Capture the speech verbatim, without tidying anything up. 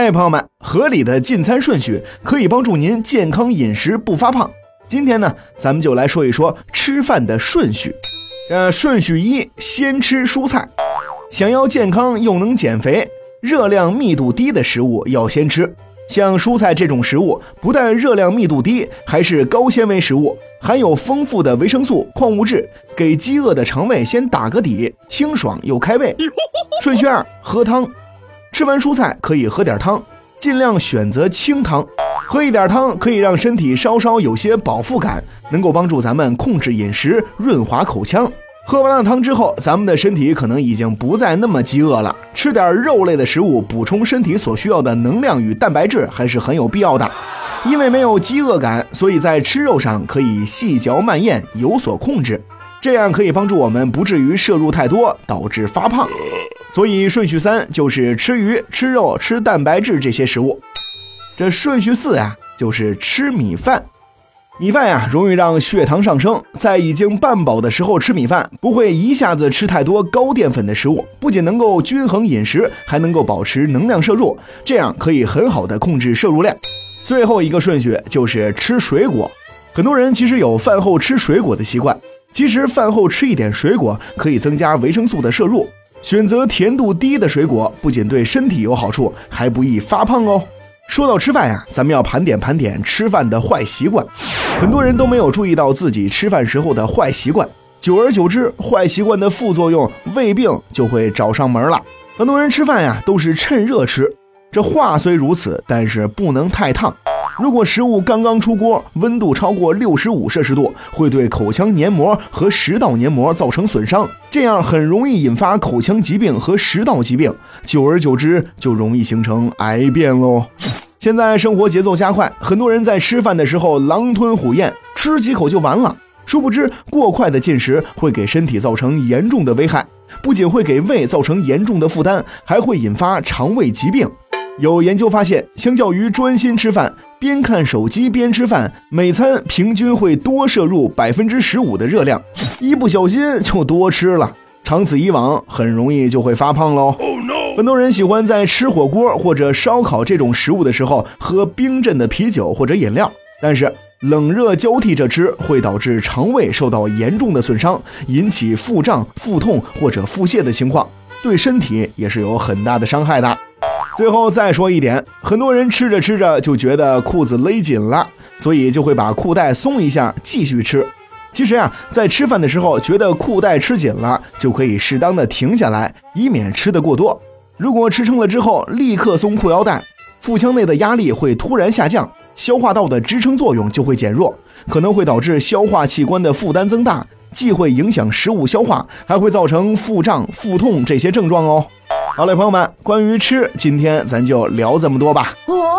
哎，朋友们，合理的进餐顺序可以帮助您健康饮食不发胖。今天呢，咱们就来说一说吃饭的顺序。呃，顺序一，先吃蔬菜。想要健康又能减肥，热量密度低的食物要先吃。像蔬菜这种食物，不但热量密度低，还是高纤维食物，含有丰富的维生素、矿物质，给饥饿的肠胃先打个底，清爽又开胃。顺序二，喝汤。吃完蔬菜可以喝点汤，尽量选择清汤。喝一点汤可以让身体稍稍有些饱腹感，能够帮助咱们控制饮食，润滑口腔。喝完了汤之后，咱们的身体可能已经不再那么饥饿了，吃点肉类的食物补充身体所需要的能量与蛋白质还是很有必要的。因为没有饥饿感，所以在吃肉上可以细嚼慢咽，有所控制，这样可以帮助我们不至于摄入太多，导致发胖。所以顺序三就是吃鱼、吃肉、吃蛋白质这些食物。这顺序四呀，就是吃米饭。米饭呀，容易让血糖上升，在已经半饱的时候吃米饭，不会一下子吃太多高淀粉的食物，不仅能够均衡饮食，还能够保持能量摄入，这样可以很好的控制摄入量。最后一个顺序就是吃水果。很多人其实有饭后吃水果的习惯，其实饭后吃一点水果可以增加维生素的摄入。选择甜度低的水果，不仅对身体有好处，还不易发胖哦。说到吃饭呀，咱们要盘点盘点吃饭的坏习惯。很多人都没有注意到自己吃饭时候的坏习惯，久而久之，坏习惯的副作用胃病就会找上门了。很多人吃饭呀都是趁热吃，这话虽如此，但是不能太烫。如果食物刚刚出锅，温度超过六十五摄氏度，会对口腔黏膜和食道黏膜造成损伤，这样很容易引发口腔疾病和食道疾病，久而久之就容易形成癌变喽。现在生活节奏加快，很多人在吃饭的时候狼吞虎咽，吃几口就完了。殊不知，过快的进食会给身体造成严重的危害，不仅会给胃造成严重的负担，还会引发肠胃疾病。有研究发现，相较于专心吃饭，边看手机边吃饭，每餐平均会多摄入 百分之十五 的热量，一不小心就多吃了，长此以往很容易就会发胖喽。Oh, no. 很多人喜欢在吃火锅或者烧烤这种食物的时候喝冰镇的啤酒或者饮料，但是冷热交替着吃会导致肠胃受到严重的损伤，引起腹胀、腹痛或者腹泻的情况，对身体也是有很大的伤害的。最后再说一点，很多人吃着吃着就觉得裤子勒紧了，所以就会把裤带松一下继续吃。其实啊，在吃饭的时候觉得裤带吃紧了，就可以适当的停下来，以免吃得过多。如果吃撑了之后立刻松裤腰带，腹腔内的压力会突然下降，消化道的支撑作用就会减弱，可能会导致消化器官的负担增大，既会影响食物消化，还会造成腹胀、腹痛这些症状哦。好嘞，朋友们，关于吃，今天咱就聊这么多吧。 哦